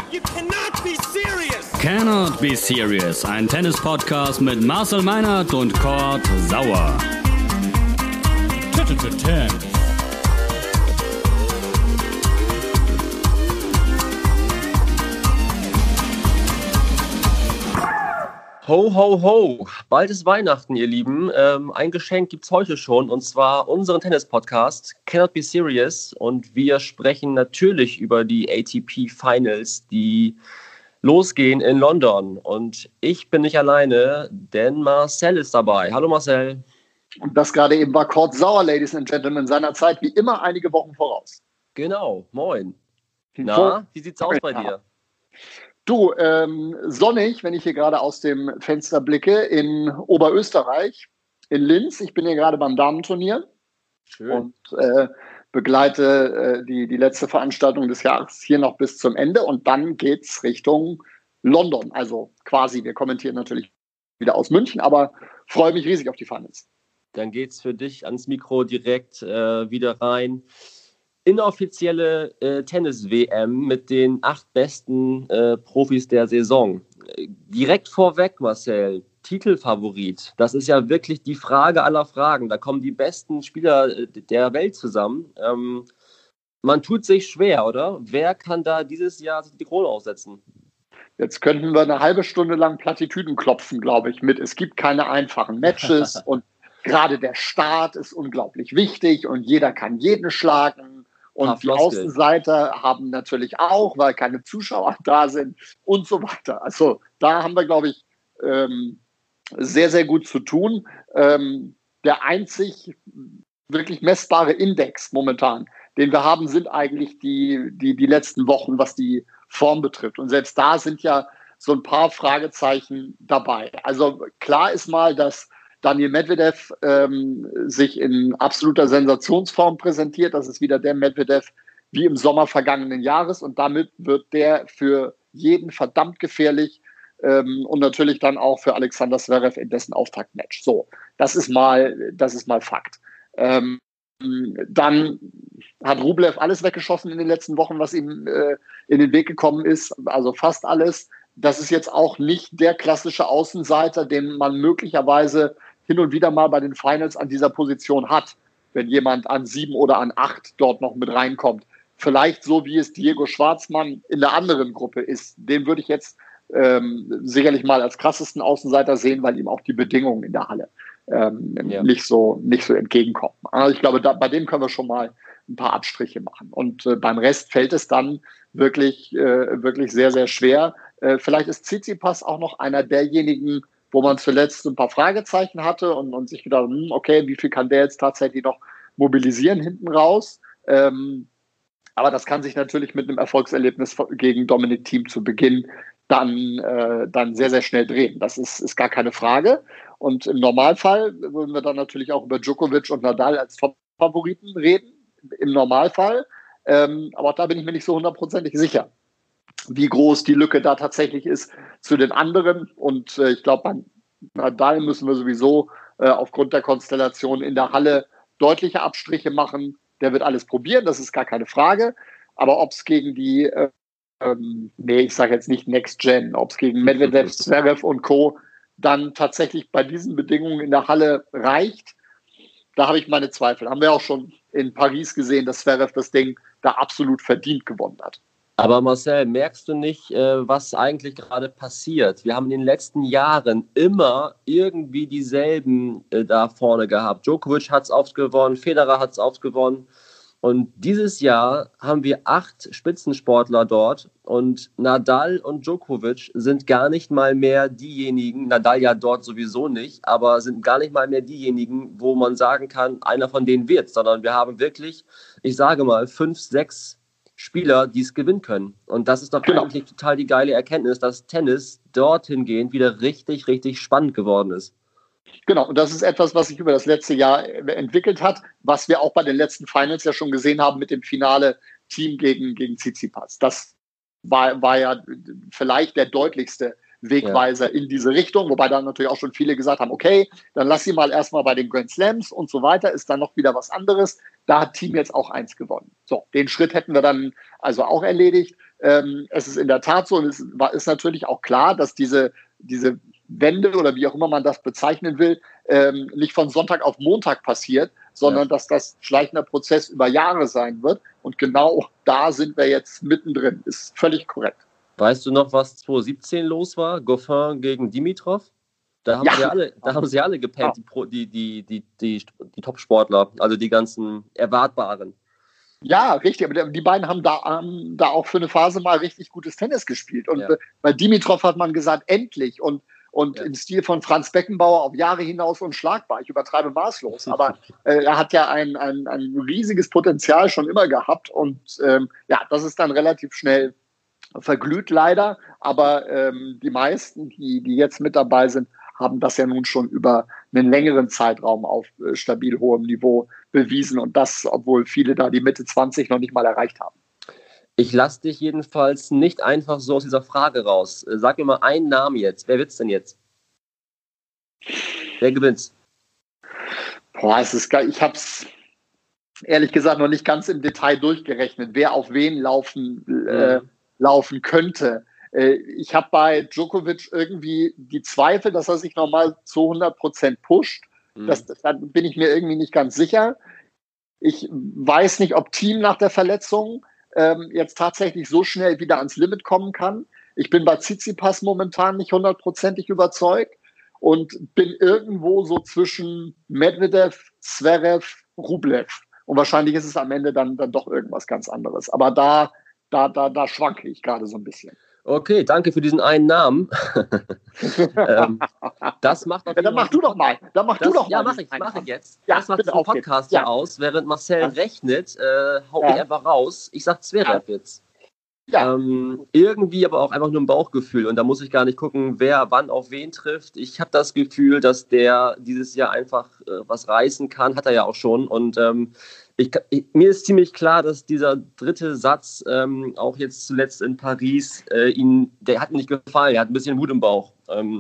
You cannot be serious! Cannot Be Serious, ein Tennis-Podcast mit Marcel Meinert und Kurt Sauer. Ho, ho, ho. Bald ist Weihnachten, ihr Lieben. Ein Geschenk gibt's heute schon, und zwar unseren Tennis-Podcast Cannot Be Serious. Und wir sprechen natürlich über die ATP Finals, die losgehen in London. Und ich bin nicht alleine, denn Marcel ist dabei. Hallo Marcel. Und das gerade eben war Kurt Sauer, Ladies and Gentlemen, seiner Zeit wie immer einige Wochen voraus. Genau, moin. Na, wie sieht's aus bei dir? Du, sonnig, wenn ich hier gerade aus dem Fenster blicke, in Oberösterreich, in Linz. Ich bin hier gerade beim Damenturnier. Schön. Und begleite die letzte Veranstaltung des Jahres hier noch bis zum Ende. Und dann geht's Richtung London. Also quasi, wir kommentieren natürlich wieder aus München, aber freue mich riesig auf die Finals. Dann geht's für dich ans Mikro direkt wieder rein. Inoffizielle Tennis-WM mit den 8 besten Profis der Saison. Direkt vorweg, Marcel, Titelfavorit. Das ist ja wirklich die Frage aller Fragen. Da kommen die besten Spieler der Welt zusammen. Man tut sich schwer, oder? Wer kann da dieses Jahr die Krone aufsetzen? Jetzt könnten wir eine halbe Stunde lang Plattitüden klopfen, glaube ich, mit. Es gibt keine einfachen Matches und gerade der Start ist unglaublich wichtig und jeder kann jeden schlagen. Und die Außenseiter haben natürlich auch, weil keine Zuschauer da sind und so weiter. Also da haben wir, glaube ich, sehr, sehr gut zu tun. Der einzig wirklich messbare Index momentan, den wir haben, sind eigentlich die letzten Wochen, was die Form betrifft. Und selbst da sind ja so ein paar Fragezeichen dabei. Also klar ist mal, dass Daniil Medvedev sich in absoluter Sensationsform präsentiert. Das ist wieder der Medvedev wie im Sommer vergangenen Jahres. Und damit wird der für jeden verdammt gefährlich und natürlich dann auch für Alexander Zverev in dessen Auftaktmatch. So, das ist mal Fakt. Dann hat Rublev alles weggeschossen in den letzten Wochen, was ihm in den Weg gekommen ist. Also fast alles. Das ist jetzt auch nicht der klassische Außenseiter, den man möglicherweise hin und wieder mal bei den Finals an dieser Position hat, wenn jemand an 7 oder an 8 dort noch mit reinkommt. Vielleicht so, wie es Diego Schwartzmann in der anderen Gruppe ist. Den würde ich jetzt sicherlich mal als krassesten Außenseiter sehen, weil ihm auch die Bedingungen in der Halle nicht so entgegenkommen. Also ich glaube, bei dem können wir schon mal ein paar Abstriche machen. Und beim Rest fällt es dann wirklich sehr, sehr schwer. Vielleicht ist Tsitsipas auch noch einer derjenigen, wo man zuletzt ein paar Fragezeichen hatte und sich gedacht, okay, wie viel kann der jetzt tatsächlich noch mobilisieren hinten raus? Aber das kann sich natürlich mit einem Erfolgserlebnis gegen Dominic Thiem zu Beginn dann sehr, sehr schnell drehen. Das ist gar keine Frage. Und im Normalfall würden wir dann natürlich auch über Djokovic und Nadal als Top-Favoriten reden. Im Normalfall. Aber auch da bin ich mir nicht so hundertprozentig sicher, wie groß die Lücke da tatsächlich ist zu den anderen. Und ich glaube, bei Nadal müssen wir sowieso aufgrund der Konstellation in der Halle deutliche Abstriche machen. Der wird alles probieren, das ist gar keine Frage. Aber ob es gegen die, ich sage jetzt nicht Next Gen, ob es gegen Medvedev, Zverev und Co. dann tatsächlich bei diesen Bedingungen in der Halle reicht, da habe ich meine Zweifel. Haben wir auch schon in Paris gesehen, dass Zverev das Ding da absolut verdient gewonnen hat. Aber Marcel, merkst du nicht, was eigentlich gerade passiert? Wir haben in den letzten Jahren immer irgendwie dieselben da vorne gehabt. Djokovic hat es oft gewonnen, Federer hat es oft gewonnen. Und dieses Jahr haben wir 8 Spitzensportler dort und Nadal und Djokovic sind gar nicht mal mehr diejenigen, Nadal ja dort sowieso nicht, aber sind gar nicht mal mehr diejenigen, wo man sagen kann, einer von denen wird, sondern wir haben wirklich, ich sage mal, 5, 6 Spieler, die es gewinnen können. Und das ist doch eigentlich total die geile Erkenntnis, dass Tennis dorthin gehend wieder richtig, richtig spannend geworden ist. Genau, und das ist etwas, was sich über das letzte Jahr entwickelt hat, was wir auch bei den letzten Finals ja schon gesehen haben mit dem Finale Thiem gegen Tsitsipas. Das war ja vielleicht der deutlichste Wegweiser in diese Richtung, wobei dann natürlich auch schon viele gesagt haben, okay, dann lass sie mal erstmal bei den Grand Slams und so weiter, ist dann noch wieder was anderes. Da hat Team jetzt auch 1 gewonnen. So, den Schritt hätten wir dann also auch erledigt. Es ist in der Tat so, und es ist natürlich auch klar, dass diese Wende oder wie auch immer man das bezeichnen will, nicht von Sonntag auf Montag passiert, sondern dass das schleichender Prozess über Jahre sein wird. Und genau da sind wir jetzt mittendrin. Ist völlig korrekt. Weißt du noch, was 2017 los war? Goffin gegen Dimitrov? Da haben sie alle gepennt, die Top-Sportler, also die ganzen Erwartbaren. Ja, richtig, aber die beiden haben da auch für eine Phase mal richtig gutes Tennis gespielt. Und bei Dimitrov hat man gesagt, endlich. Und im Stil von Franz Beckenbauer auf Jahre hinaus unschlagbar. Ich übertreibe maßlos. Aber er hat ja ein riesiges Potenzial schon immer gehabt. Und das ist dann relativ schnell verglüht leider. Aber die meisten, die jetzt mit dabei sind, haben das ja nun schon über einen längeren Zeitraum auf stabil hohem Niveau bewiesen. Und das, obwohl viele da die Mitte 20 noch nicht mal erreicht haben. Ich lasse dich jedenfalls nicht einfach so aus dieser Frage raus. Sag mir mal einen Namen jetzt. Wer wird's denn jetzt? Wer gewinnt's? Boah, es ist geil. Ich habe es ehrlich gesagt noch nicht ganz im Detail durchgerechnet, wer auf wen laufen könnte. Ich habe bei Djokovic irgendwie die Zweifel, dass er sich nochmal zu 100% pusht. Da bin ich mir irgendwie nicht ganz sicher. Ich weiß nicht, ob Thiem nach der Verletzung jetzt tatsächlich so schnell wieder ans Limit kommen kann. Ich bin bei Tsitsipas momentan nicht 100%ig überzeugt und bin irgendwo so zwischen Medvedev, Zverev, Rublev. Und wahrscheinlich ist es am Ende dann doch irgendwas ganz anderes. Aber da schwanke ich gerade so ein bisschen. Okay, danke für diesen einen Namen. Das macht natürlich. Dann mach du doch mal. Ja, mach ich jetzt. Ja, das macht diesen Podcast ja aus. Während Marcel rechnet, hau ich einfach raus. Ich sag Zverev jetzt. Ja. Irgendwie aber auch einfach nur ein Bauchgefühl. Und da muss ich gar nicht gucken, wer wann auf wen trifft. Ich habe das Gefühl, dass der dieses Jahr einfach was reißen kann. Hat er ja auch schon. Und mir ist ziemlich klar, dass dieser dritte Satz, auch jetzt zuletzt in Paris, der hat mir nicht gefallen. Er hat ein bisschen Wut im Bauch.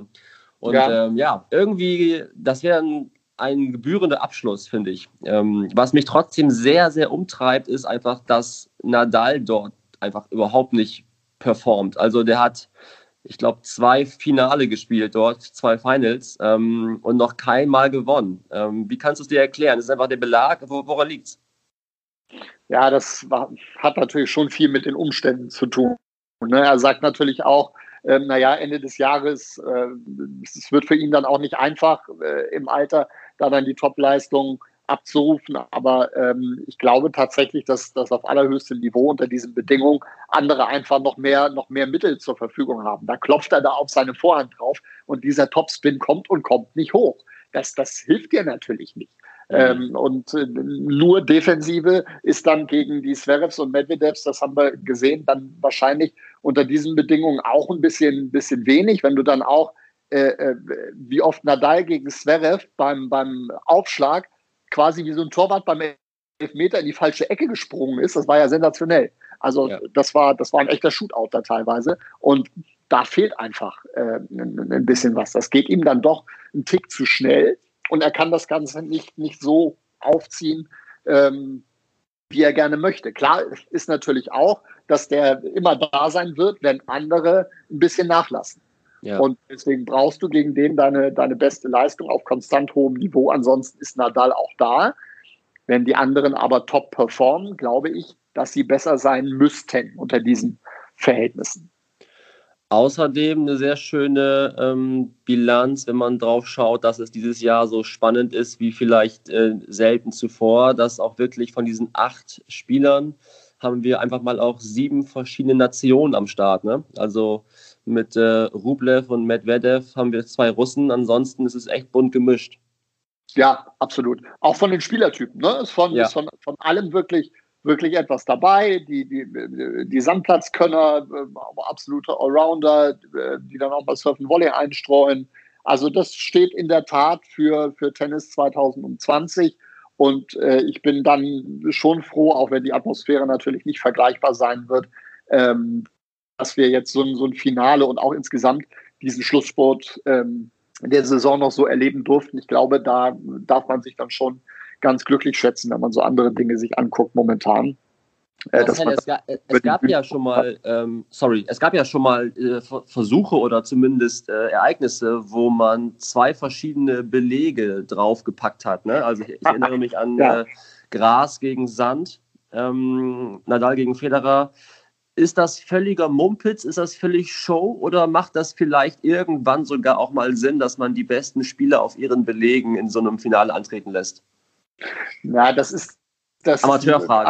Irgendwie, das wäre ein gebührender Abschluss, finde ich. Was mich trotzdem sehr, sehr umtreibt, ist einfach, dass Nadal dort einfach überhaupt nicht performt. Also der hat, ich glaube, 2 Finale gespielt dort, 2 Finals und noch kein Mal gewonnen. Wie kannst du es dir erklären? Das ist einfach der Belag. Woran liegt's? Ja, hat natürlich schon viel mit den Umständen zu tun. Ne? Er sagt natürlich auch, Ende des Jahres, es wird für ihn dann auch nicht einfach im Alter, da dann die Top-Leistung abzurufen. Aber ich glaube tatsächlich, dass das auf allerhöchstem Niveau unter diesen Bedingungen andere einfach noch mehr Mittel zur Verfügung haben. Da klopft er da auf seine Vorhand drauf und dieser Topspin kommt nicht hoch. Das hilft dir natürlich nicht. Und nur Defensive ist dann gegen die Zverevs und Medvedevs, das haben wir gesehen, dann wahrscheinlich unter diesen Bedingungen auch ein bisschen wenig. Wenn du dann auch, wie oft Nadal gegen Zverev beim Aufschlag quasi wie so ein Torwart beim Elfmeter in die falsche Ecke gesprungen ist, das war ja sensationell. Also das war ein echter Shootout da teilweise. Und da fehlt einfach ein bisschen was. Das geht ihm dann doch einen Tick zu schnell. Und er kann das Ganze nicht so aufziehen, wie er gerne möchte. Klar ist natürlich auch, dass der immer da sein wird, wenn andere ein bisschen nachlassen. Ja. Und deswegen brauchst du gegen den deine beste Leistung auf konstant hohem Niveau. Ansonsten ist Nadal auch da. Wenn die anderen aber top performen, glaube ich, dass sie besser sein müssten unter diesen Verhältnissen. Außerdem eine sehr schöne Bilanz, wenn man drauf schaut, dass es dieses Jahr so spannend ist wie vielleicht selten zuvor, dass auch wirklich von diesen 8 Spielern haben wir einfach mal auch 7 verschiedene Nationen am Start. Ne? Also mit Rublev und Medvedev haben wir 2 Russen, ansonsten ist es echt bunt gemischt. Ja, absolut. Auch von den Spielertypen. Ne? Ist von allem wirklich etwas dabei. Die Sandplatzkönner, absolute Allrounder, die dann auch mal Surfen Volley einstreuen. Also das steht in der Tat für Tennis 2020. Und ich bin dann schon froh, auch wenn die Atmosphäre natürlich nicht vergleichbar sein wird, dass wir jetzt so ein Finale und auch insgesamt diesen Schlussspurt in der Saison noch so erleben durften. Ich glaube, da darf man sich dann schon ganz glücklich schätzen, wenn man so andere Dinge sich anguckt momentan. Es gab ja schon mal Versuche oder zumindest Ereignisse, wo man 2 verschiedene Belege draufgepackt hat. Ne? Also ich erinnere mich an Gras gegen Sand, Nadal gegen Federer. Ist das völliger Mumpitz? Ist das völlig Show? Oder macht das vielleicht irgendwann sogar auch mal Sinn, dass man die besten Spieler auf ihren Belegen in so einem Finale antreten lässt? Ja, das ist das Amateurfrage.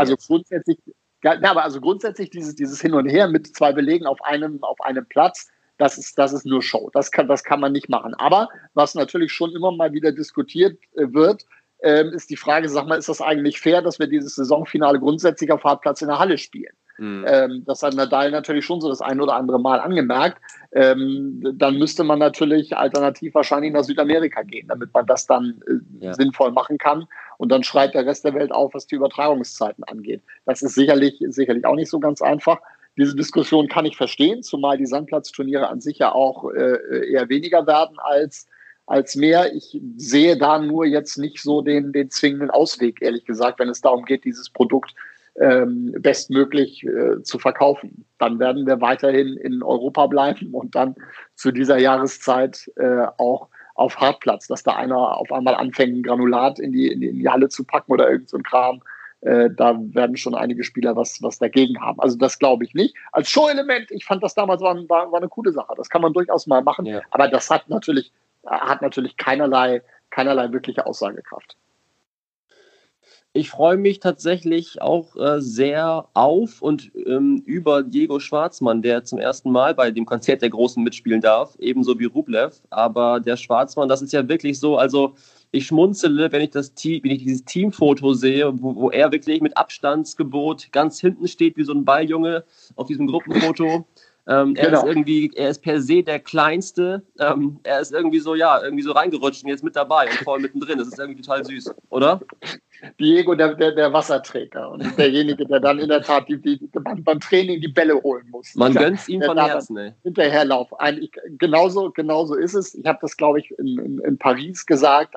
Also grundsätzlich dieses Hin und Her mit 2 Belegen auf einem Platz, das ist nur Show. Das kann man nicht machen. Aber was natürlich schon immer mal wieder diskutiert wird, ist die Frage, sag mal, ist das eigentlich fair, dass wir dieses Saisonfinale grundsätzlich auf Hartplatz in der Halle spielen? Das hat Nadal natürlich schon so das ein oder andere Mal angemerkt. Dann müsste man natürlich alternativ wahrscheinlich nach Südamerika gehen, damit man das dann sinnvoll machen kann. Und dann schreit der Rest der Welt auf, was die Übertragungszeiten angeht. Das ist sicherlich auch nicht so ganz einfach. Diese Diskussion kann ich verstehen, zumal die Sandplatzturniere an sich ja auch eher weniger werden als mehr. Ich sehe da nur jetzt nicht so den zwingenden Ausweg, ehrlich gesagt, wenn es darum geht, dieses Produkt bestmöglich zu verkaufen. Dann werden wir weiterhin in Europa bleiben und dann zu dieser Jahreszeit auch auf Hartplatz, dass da einer auf einmal anfängt, ein Granulat in die Halle zu packen oder irgend so ein Kram. Da werden schon einige Spieler was dagegen haben. Also das glaube ich nicht. Als Show-Element, ich fand das damals war eine coole Sache. Das kann man durchaus mal machen. Ja. Aber das hat natürlich keinerlei wirkliche Aussagekraft. Ich freue mich tatsächlich auch sehr auf und über Diego Schwartzmann, der zum ersten Mal bei dem Konzert der Großen mitspielen darf, ebenso wie Rublev. Aber der Schwartzmann, das ist ja wirklich so, also ich schmunzele, wenn ich dieses Teamfoto sehe, wo er wirklich mit Abstandsgebot ganz hinten steht, wie so ein Balljunge auf diesem Gruppenfoto. Er ist per se der Kleinste. Er ist irgendwie so reingerutscht und jetzt mit dabei und voll mittendrin. Das ist irgendwie total süß, oder? Diego, der Wasserträger und derjenige, der dann in der Tat beim Training die Bälle holen muss. Man gönnt ihm von Herzen, ey. Hinterherlauf. Genauso ist es. Ich habe das, glaube ich, in Paris gesagt.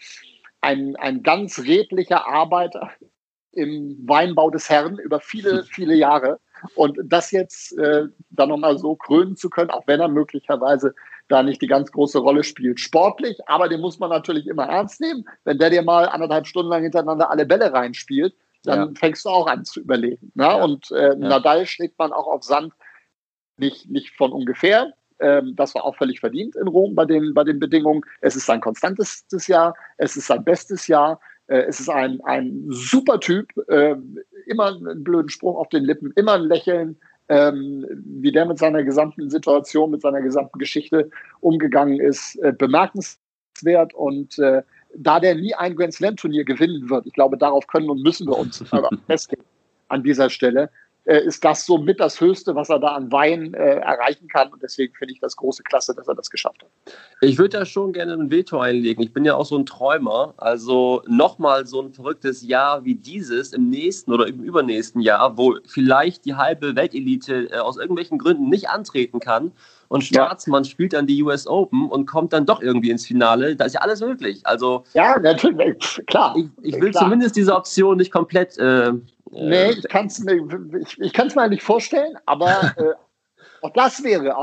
Ein ganz redlicher Arbeiter im Weinbau des Herrn über viele, viele Jahre. Und das jetzt dann nochmal so krönen zu können, auch wenn er möglicherweise da nicht die ganz große Rolle spielt, sportlich, aber den muss man natürlich immer ernst nehmen. Wenn der dir mal 1,5 Stunden lang hintereinander alle Bälle reinspielt, dann fängst du auch an zu überlegen. Ne? Ja. Und Nadal schlägt man auch auf Sand nicht von ungefähr. Das war auch völlig verdient in Rom bei den Bedingungen. Es ist sein konstantestes Jahr, es ist sein bestes Jahr. Es ist ein super Typ, immer einen blöden Spruch auf den Lippen, immer ein Lächeln, wie der mit seiner gesamten Situation, mit seiner gesamten Geschichte umgegangen ist, bemerkenswert. Und da der nie ein Grand Slam Turnier gewinnen wird, ich glaube, darauf können und müssen wir uns festlegen an dieser Stelle, ist das so mit das Höchste, was er da an Wein erreichen kann. Und deswegen finde ich das große Klasse, dass er das geschafft hat. Ich würde da schon gerne ein Veto einlegen. Ich bin ja auch so ein Träumer. Also nochmal so ein verrücktes Jahr wie dieses im nächsten oder im übernächsten Jahr, wo vielleicht die halbe Weltelite aus irgendwelchen Gründen nicht antreten kann. Und Schwarzmann spielt dann die US Open und kommt dann doch irgendwie ins Finale. Da ist ja alles möglich. Also, ja, natürlich, klar. Ich will zumindest diese Option nicht komplett... nee, ich kann es mir eigentlich vorstellen, aber auch das wäre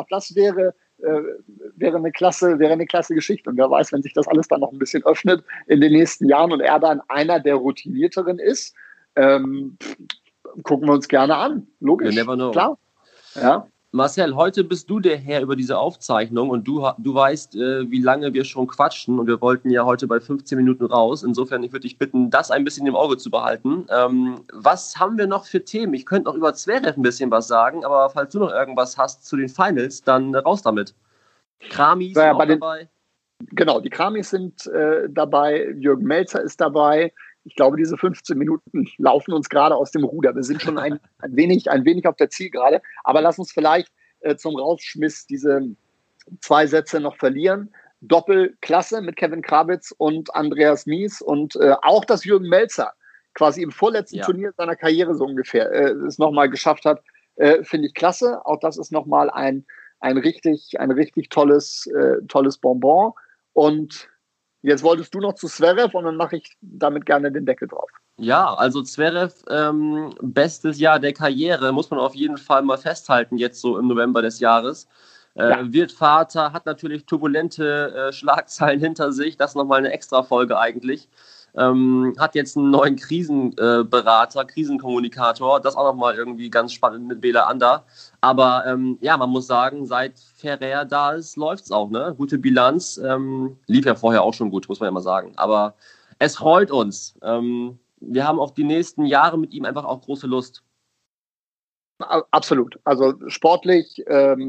eine klasse Geschichte. Und wer weiß, wenn sich das alles dann noch ein bisschen öffnet in den nächsten Jahren und er dann einer der Routinierteren ist, gucken wir uns gerne an. Logisch, klar. Ja. Marcel, heute bist du der Herr über diese Aufzeichnung und du weißt, wie lange wir schon quatschen und wir wollten ja heute bei 15 Minuten raus. Insofern, ich würde dich bitten, das ein bisschen im Auge zu behalten. Was haben wir noch für Themen? Ich könnte noch über Zverev ein bisschen was sagen, aber falls du noch irgendwas hast zu den Finals, dann raus damit. Kramis sind auch dabei. Genau, die Kramis sind dabei, Jürgen Melzer ist dabei. Ich glaube, diese 15 Minuten laufen uns gerade aus dem Ruder. Wir sind schon ein wenig auf der Zielgerade. Aber lass uns vielleicht zum Rausschmiss diese 2 Sätze noch verlieren. Doppelklasse mit Kevin Krawitz und Andreas Mies und auch, dass Jürgen Melzer quasi im vorletzten Turnier seiner Karriere so ungefähr es nochmal geschafft hat, finde ich klasse. Auch das ist nochmal ein ein richtig tolles Bonbon. Und jetzt wolltest du noch zu Zverev und dann mache ich damit gerne den Deckel drauf. Ja, also Zverev, bestes Jahr der Karriere, muss man auf jeden Fall mal festhalten, jetzt so im November des Jahres. Wird Vater, hat natürlich turbulente Schlagzeilen hinter sich, das ist nochmal eine Extra-Folge eigentlich. Hat jetzt einen neuen Krisenberater, Krisenkommunikator, das auch nochmal irgendwie ganz spannend mit Bela Ander. Aber man muss sagen, seit Ferrer da ist, läuft es auch, ne? Gute Bilanz, lief ja vorher auch schon gut, muss man ja mal sagen. Aber es freut uns. Wir haben auf die nächsten Jahre mit ihm einfach auch große Lust. Absolut. Also sportlich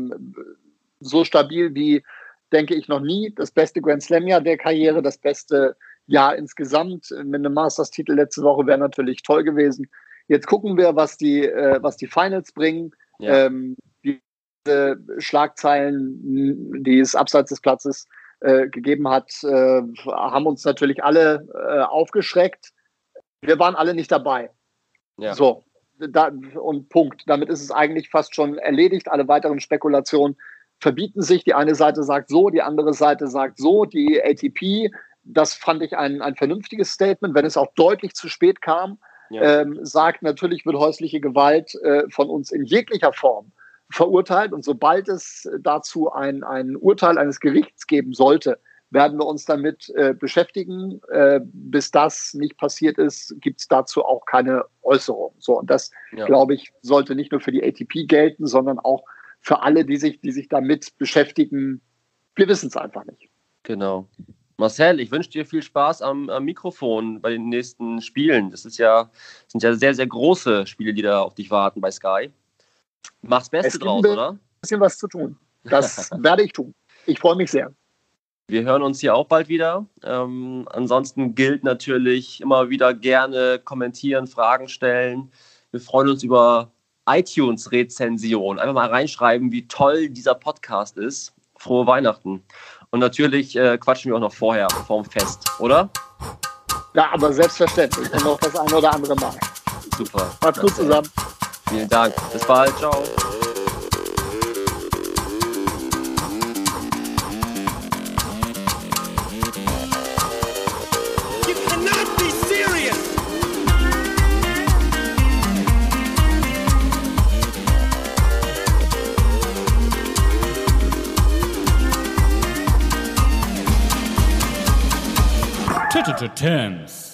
so stabil wie, denke ich, noch nie. Das beste Grand Slam-Jahr der Karriere, das beste Jahr insgesamt. Mit einem Masters-Titel letzte Woche wäre natürlich toll gewesen. Jetzt gucken wir, was die Finals bringen. Ja. Diese Schlagzeilen, die es abseits des Platzes gegeben hat, haben uns natürlich alle aufgeschreckt. Wir waren alle nicht dabei. Ja. So, und Punkt. Damit ist es eigentlich fast schon erledigt. Alle weiteren Spekulationen verbieten sich. Die eine Seite sagt so, die andere Seite sagt so. Die ATP, das fand ich ein vernünftiges Statement, wenn es auch deutlich zu spät kam, sagt, natürlich wird häusliche Gewalt von uns in jeglicher Form verurteilt. Und sobald es dazu ein Urteil eines Gerichts geben sollte, werden wir uns damit beschäftigen. Bis das nicht passiert ist, gibt es dazu auch keine Äußerung. So, und das, glaube ich, sollte nicht nur für die ATP gelten, sondern auch für alle, die sich damit beschäftigen. Wir wissen es einfach nicht. Genau. Marcel, ich wünsche dir viel Spaß am Mikrofon bei den nächsten Spielen. Sind ja sehr, sehr große Spiele, die da auf dich warten bei Sky. Mach's Beste draus, oder? Ein bisschen was zu tun. Das werde ich tun. Ich freue mich sehr. Wir hören uns hier auch bald wieder. Ansonsten gilt natürlich immer wieder gerne kommentieren, Fragen stellen. Wir freuen uns über iTunes-Rezension. Einfach mal reinschreiben, wie toll dieser Podcast ist. Frohe Weihnachten. Und natürlich quatschen wir auch noch vorher, vorm Fest, oder? Ja, aber selbstverständlich. Und noch das eine oder andere Mal. Super. Macht's gut zusammen. Vielen Dank. Bis bald. Ciao. You cannot be serious! Tennis.